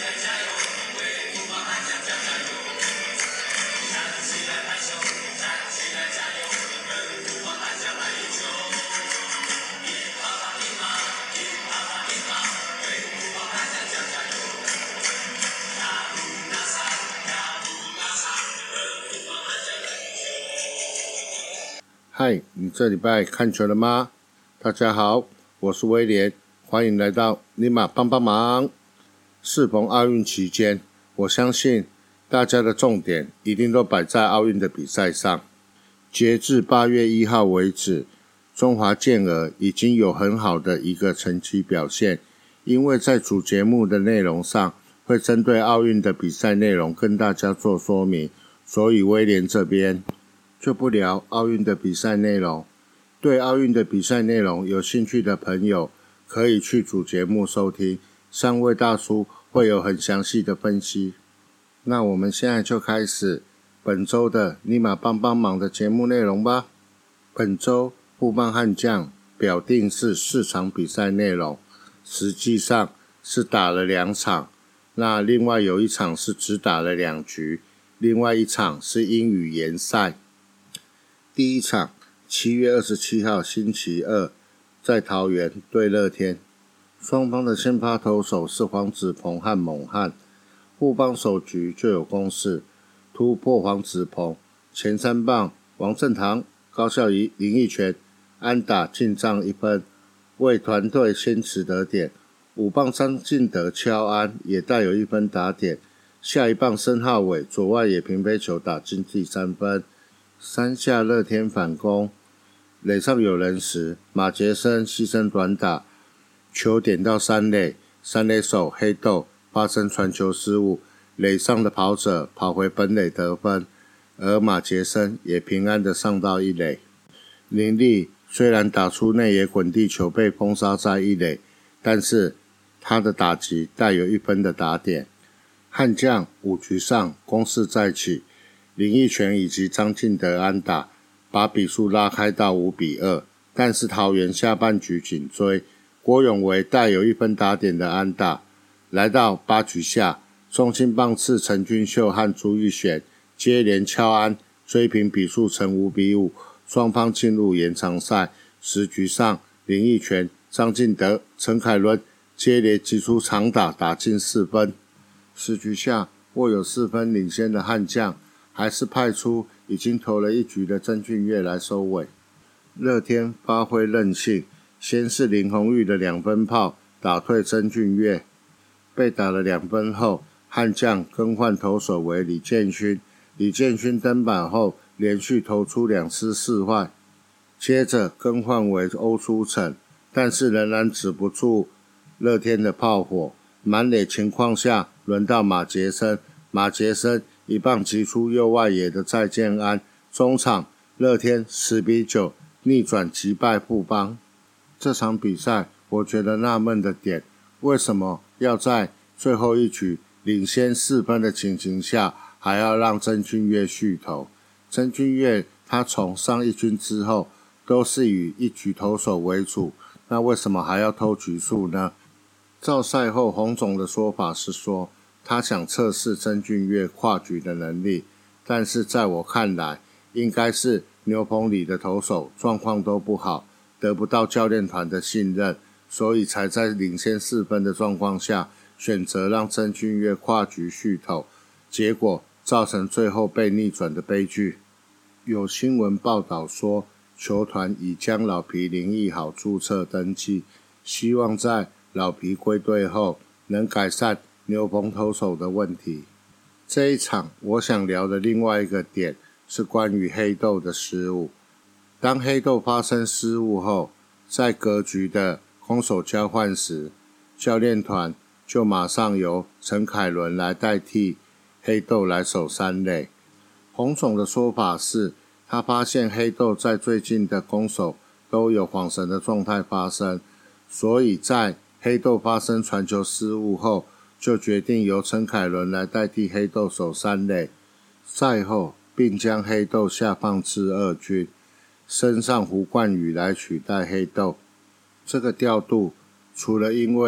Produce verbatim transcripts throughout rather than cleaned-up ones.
嗨，你这礼拜看球了吗？大家好，我是威廉，欢迎来到尼玛帮帮忙。适逢奥运期间，我相信大家的重点一定都摆在奥运的比赛上。截至八月一号为止，中华健儿已经有很好的一个成绩表现，因为在主节目的内容上会针对奥运的比赛内容跟大家做说明，所以威廉这边就不聊奥运的比赛内容。对奥运的比赛内容有兴趣的朋友，可以去主节目收听，三位大叔会有很详细的分析。那我们现在就开始本周的尼玛帮帮忙的节目内容吧。本周富邦悍将表定是四场比赛内容，实际上是打了两场，那另外有一场是只打了两局，另外一场是英语联赛。第一场七月二十七号星期二在桃园对乐天，双方的先发投手是黄子鹏和猛汉。富邦首局就有攻势，突破黄子鹏，前三棒王振堂、高孝仪、林益全安打进账一分，为团队先取得点。五棒张进德敲安也带有一分打点，下一棒申浩伟左外野平飞球打进第三分。三下乐天反攻，垒上有人时，马杰森牺牲短打，球点到三垒，三垒手黑豆发生传球失误，垒上的跑者跑回本垒得分，而马杰森也平安的上到一垒。林立虽然打出内野滚地球被封杀在一垒，但是他的打击带有一分的打点。悍将五局上攻势再起，林益全以及张进德安打，把比数拉开到五比二，但是桃园下半局紧追，郭永维带有一分打点的安打。来到八局下，中信棒次陈俊秀和朱玉璇接连敲安，追平比数成五比五，双方进入延长赛。十局上，林益全、张进德、陈凯伦接连击出长打，打进四分。十局下，握有四分领先的悍将还是派出已经投了一局的曾峻岳来收尾。乐天发挥韧性，先是林泓育的两分炮打退曾峻岳，被打了两分后，悍将更换投手为李建勋，李建勋登板后连续投出两次四坏，接着更换为欧舒成，但是仍然止不住乐天的炮火，满垒情况下轮到马杰森，马杰森一棒击出右外野的再见安，中场乐天十比九逆转击败富邦。这场比赛我觉得纳闷的点，为什么要在最后一局领先四分的情形下还要让曾峻岳续投？曾峻岳他从上一军之后都是以一局投手为主，那为什么还要偷局数呢？照赛后洪总的说法是说，他想测试曾峻岳跨局的能力，但是在我看来，应该是牛棚里的投手状况都不好，得不到教练团的信任，所以才在领先四分的状况下选择让曾峻岳跨局续投，结果造成最后被逆转的悲剧。有新闻报道说，球团已将老皮林奕豪注册登记，希望在老皮归队后能改善牛棚投手的问题。这一场我想聊的另外一个点是关于黑豆的失误。当黑豆发生失误后，在隔局的攻守交换时，教练团就马上由陈凯伦来代替黑豆来守三垒。洪总的说法是，他发现黑豆在最近的攻守都有晃神的状态发生，所以在黑豆发生传球失误后，就决定由陈凯伦来代替黑豆守三垒。赛后并将黑豆下放至二军，升上胡冠宇来取代黑豆。这个调度除了因为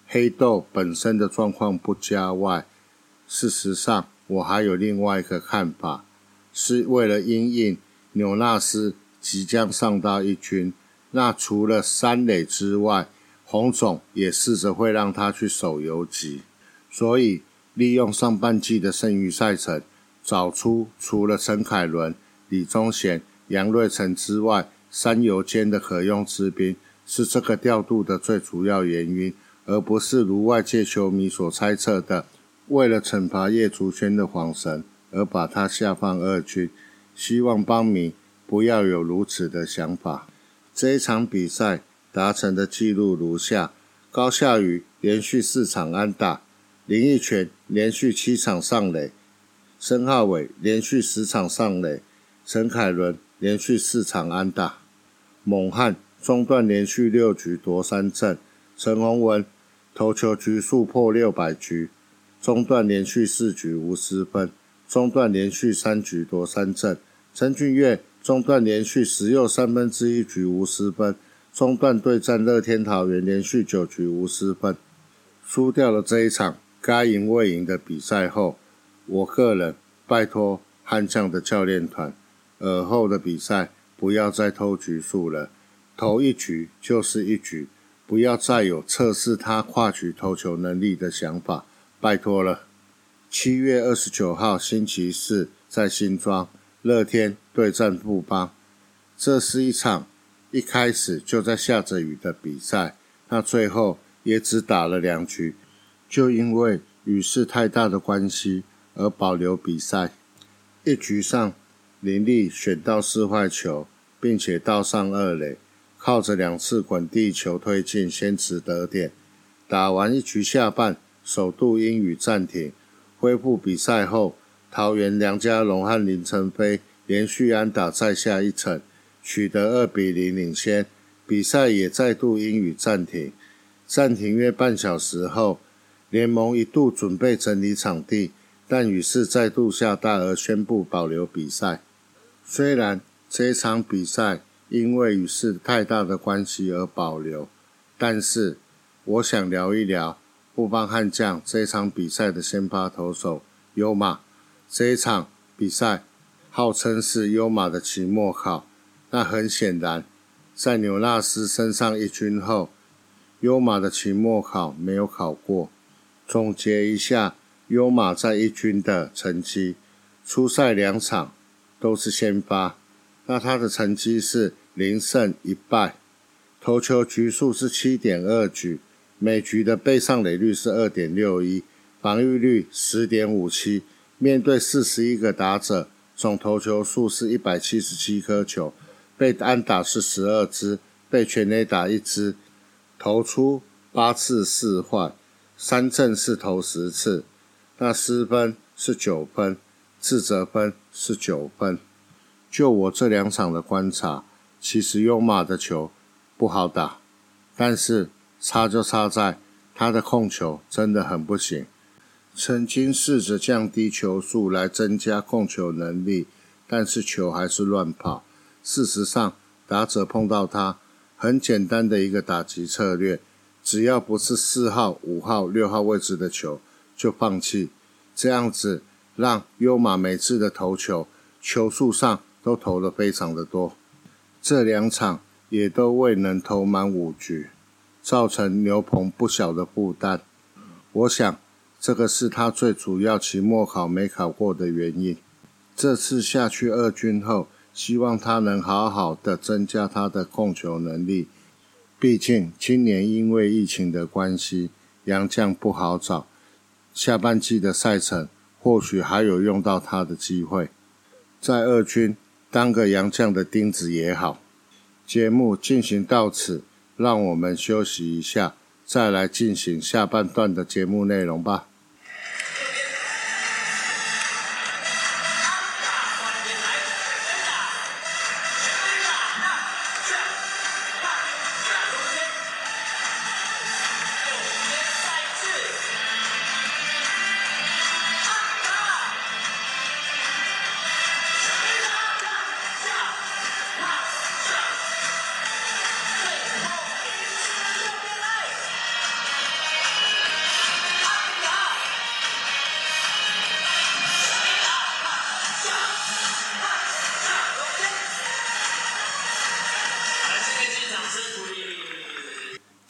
黑豆本身的状况不佳外，事实上我还有另外一个看法，是为了因应纽纳斯即将上到一军，那除了三垒之外，洪总也试着会让他去守游击，所以利用上半季的剩余赛程，找出除了陈凯伦、李宗贤、杨瑞成之外，三游间的可用之兵，是这个调度的最主要原因，而不是如外界球迷所猜测的，为了惩罚叶竹轩的晃神而把他下放二军。希望邦迷不要有如此的想法。这一场比赛达成的纪录如下：高夏瑜连续四场安打，林益全连续七场上垒，申浩伟连续十场上垒，陈凯伦连续四场安打。猛汉中段连续六局夺三振，陈宏文投球局数破六百局，中段连续四局无失分，中段连续三局夺三振。陈俊岳中段连续十又三分之一局无失分，中段对战乐天桃园连续九局无失分。输掉了这一场该赢未赢的比赛后，我个人拜托悍将的教练团，尔后的比赛不要再偷局数了，投一局就是一局，不要再有测试他跨局投球能力的想法，拜托了。七月二十九号星期四在新庄，乐天对战富邦，这是一场一开始就在下着雨的比赛，那最后也只打了两局，就因为雨势太大的关系而保留比赛。一局上林立选到四坏球，并且倒上二垒，靠着两次滚地球推进先持得点。打完一局下半，首度因雨暂停，恢复比赛后，桃园梁家荣和林承飞连续安打再下一城，取得二比零领先。比赛也再度因雨暂停，暂停约半小时后，联盟一度准备整理场地，但雨势再度下大而宣布保留比赛。虽然这一场比赛因为雨势太大的关系而保留，但是我想聊一聊富邦悍将这一场比赛的先发投手优马。这一场比赛号称是优马的期末考，那很显然在纽纳斯升上一军后，优马的期末考没有考过。总结一下优马在一军的成绩，出赛两场都是先发，那他的成绩是零胜一败，投球局数是 七点二 局，每局的被上垒率是 二点六一， 防御率 十点五七， 面对四十一个打者，总投球数是一百七十七颗球，被安打是十二支，被全垒打一支，投出八次四坏，三振是投十次，那失分是九分，自责分是九分。就我这两场的观察，其实优马的球不好打，但是差就差在他的控球真的很不行。曾经试着降低球速来增加控球能力，但是球还是乱跑。事实上，打者碰到他，很简单的一个打击策略，只要不是四号、五号、六号位置的球，就放弃。这样子让优马每次的投球，球速上都投得非常的多。这两场也都未能投满五局，造成牛棚不小的负担。我想这个是他最主要期末考没考过的原因。这次下去二军后，希望他能好好的增加他的控球能力。毕竟今年因为疫情的关系，洋将不好找，下半季的赛程或许还有用到他的机会。在二军当个洋将的钉子也好。节目进行到此，让我们休息一下，再来进行下半段的节目内容吧。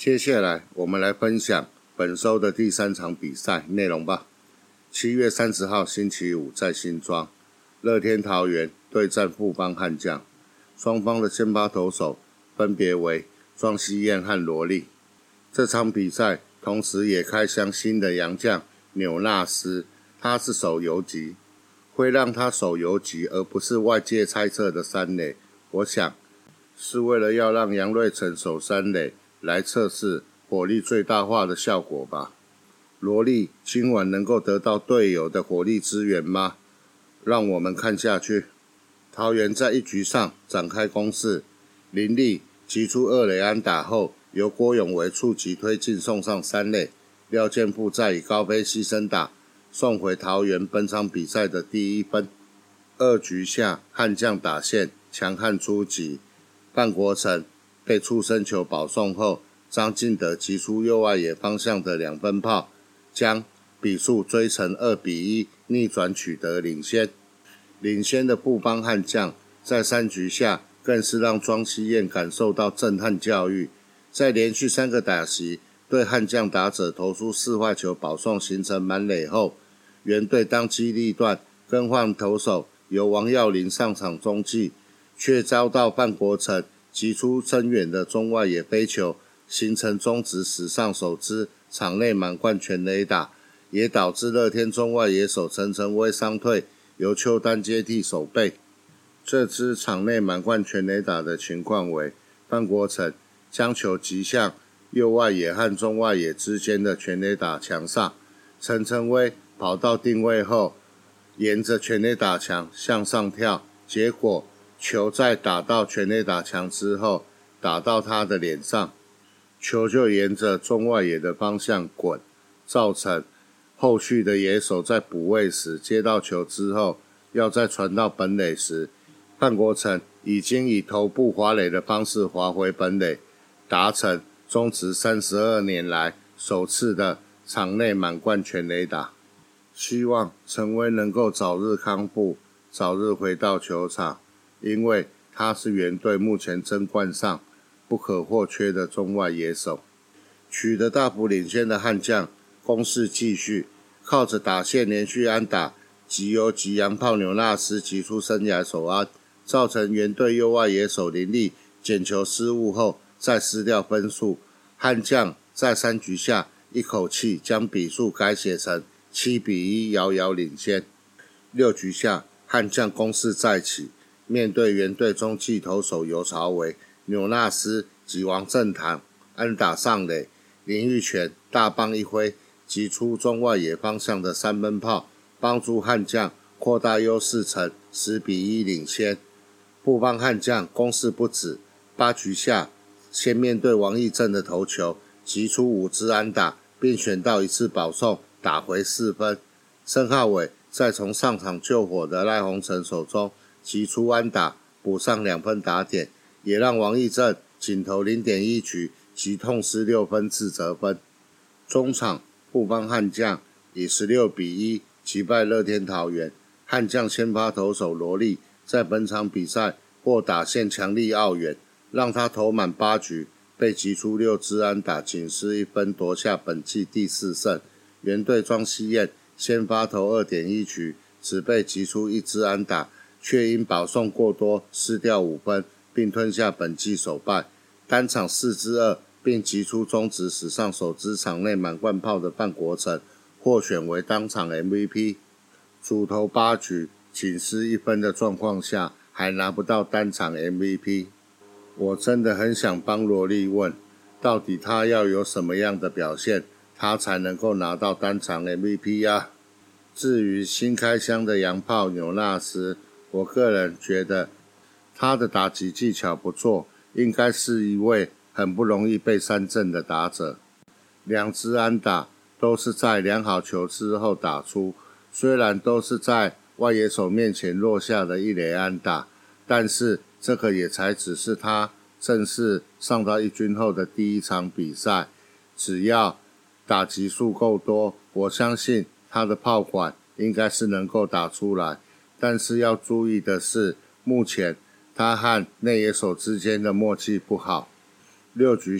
接下来我们来分享本周的第三场比赛内容吧。七月三十号星期五在新庄，乐天桃园对战富邦悍将，双方的先发投手分别为庄希燕和罗力。这场比赛同时也开箱新的洋将纽纳斯，他是守游击，会让他守游击而不是外界猜测的三垒，我想是为了要让杨瑞成守三垒来测试火力最大化的效果吧。罗力今晚能够得到队友的火力支援吗？让我们看下去。桃园在一局上展开攻势，林立击出二垒安打后，由郭永维触击推进送上三垒，廖健富再以高飞牺牲打送回桃园本场比赛的第一分。二局下悍将打线强悍出击，范国成被触身球保送后，张进德击出右外野方向的两分炮，将比数追成二比一，逆转取得领先。领先的富邦悍将在三局下更是让庄希燕感受到震撼教育，在连续三个打席对悍将打者投出四坏球保送形成满垒后，原队当机立断更换投手，由王耀林上场中继，却遭到范国成击出深远的中外野飞球，形成中职史上首支场内满贯全垒打，也导致乐天中外野手陈晨威伤退，由邱丹接替守备。这支场内满贯全垒打的情况为范国成将球击向右外野和中外野之间的全垒打墙上，陈晨威跑到定位后，沿着全垒打墙向上跳，结果球在打到全垒打墙之后打到他的脸上，球就沿着中外野的方向滚，造成后续的野手在补位时接到球之后要再传到本垒时，范国成已经以头部滑垒的方式滑回本垒，达成中职三十二年来首次的场内满贯全垒打。希望陈威能够早日康复，早日回到球场，因为他是原队目前争冠上不可或缺的中外野手。取得大幅领先的悍将攻势继续，靠着打线连续安打及由吉洋炮纽纳斯击出生涯首安，造成原队右外野手林立捡球失误后再失掉分数，悍将在三局下一口气将比数改写成七比一，遥遥领先。六局下悍将攻势再起，面对原队中继投手尤朝维、纽纳斯及王正堂安打上垒，林育全大棒一挥击出中外野方向的三分炮，帮助悍将扩大优势成十比一领先。富邦悍将攻势不止，八局下先面对王义正的投球击出五支安打，并选到一次保送打回四分。申浩伟再从上场救火的赖鸿成手中击出安打，补上两分打点，也让王义正仅投 零点一 局即痛失六分自责分。中场富邦悍将以十六比一击败乐天桃园，悍将先发投手罗力在本场比赛获打线强力澳援，让他投满八局，被击出六支安打，仅失一分夺下本季第四胜。原队庄希燕先发投 二点一 局，只被击出一支安打，却因保送过多失掉五分，并吞下本季首败。单场四支二，并击出中职史上首支场内满贯炮的范国成获选为当场 M V P。 主投八局仅失一分的状况下还拿不到单场 M V P， 我真的很想帮罗力问，到底他要有什么样的表现他才能够拿到单场 M V P 啊？至于新开箱的洋炮纽纳斯，我个人觉得他的打击技巧不错，应该是一位很不容易被三振的打者。两支安打都是在量好球之后打出，虽然都是在外野手面前落下的一垒安打，但是这个也才只是他正式上到一军后的第一场比赛，只要打击数够多，我相信他的炮管应该是能够打出来。但是要注意的是，目前他和内野手之间的默契不好。六局下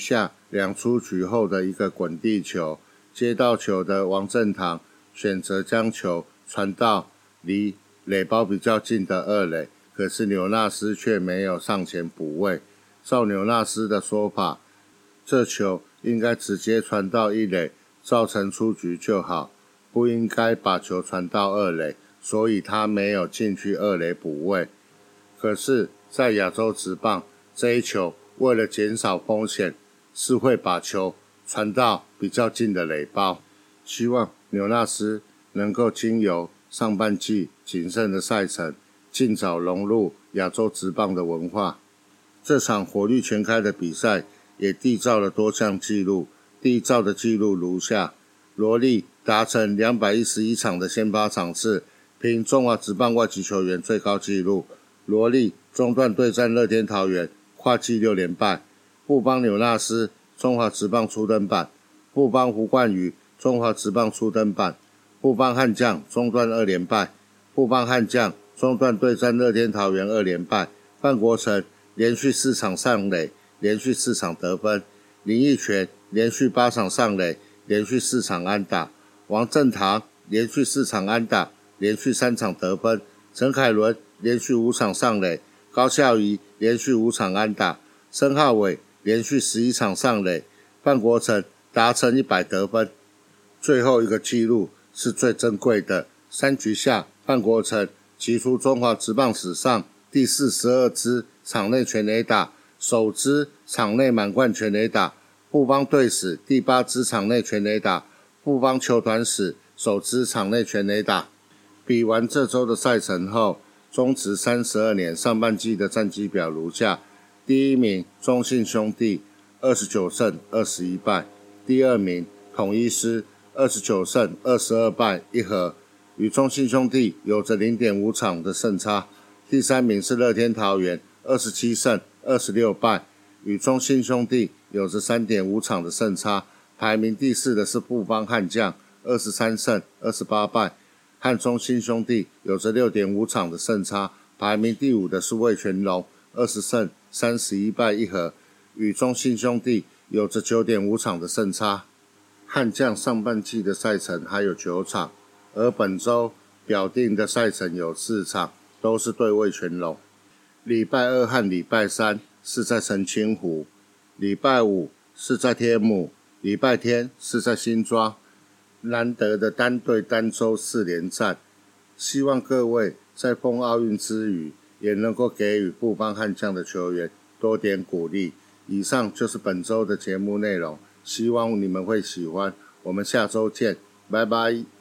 两出局后的一个滚地球，接到球的王振堂选择将球传到离垒包比较近的二垒，可是纽纳斯却没有上前补位。照纽纳斯的说法，这球应该直接传到一垒，造成出局就好，不应该把球传到二垒，所以他没有进去二垒补位。可是，在亚洲职棒，这一球为了减少风险，是会把球传到比较近的垒包。希望纽纳斯能够经由上半季谨慎的赛程，尽早融入亚洲职棒的文化。这场火力全开的比赛也缔造了多项纪录，缔造的纪录如下：罗力达成两百一十一场的先发场次，凭中华职棒外籍球员最高纪录。罗力中段对战乐天桃园，跨季六连败。富邦纽纳斯中华职棒初登板，富邦胡冠宇中华职棒初登板，富邦悍将中段二连败，富邦悍将中段对战乐天桃园二连败。范国成连续四场上垒，连续四场得分。林益全连续八场上垒，连续四场安打。王振堂连续四场安打，连续三场得分。陈凯伦连续五场上垒，高孝仪连续五场安打，申浩伟连续十一场上垒，范国成达成一百得分。最后一个纪录是最珍贵的，三局下范国成击出中华职棒史上第四十二支场内全垒打，首支场内满贯全垒打，富邦队史第八支场内全垒打，富邦球团史首支场内全垒打。比完这周的赛程后，中职三十二年上半季的战绩表如下：第一名中信兄弟二十九胜二十一败，第二名统一狮二十九胜二十二败一和，与中信兄弟有着 零点五 场的胜差。第三名是乐天桃园二十七胜二十六败，与中信兄弟有着 三点五 场的胜差。排名第四的是富邦悍将二十三胜二十八败，和中信兄弟有着 六点五 场的胜差。排名第五的是味全龙二十胜三十一败一和，与中信兄弟有着 九点五 场的胜差。悍将上半季的赛程还有九场，而本周表定的赛程有四场，都是对味全龙。礼拜二和礼拜三是在澄清湖，礼拜五是在天母，礼拜天是在新庄。难得的单队单周四连战，希望各位在封奥运之余，也能够给予富邦悍将的球员多点鼓励。以上就是本周的节目内容，希望你们会喜欢。我们下周见，拜拜。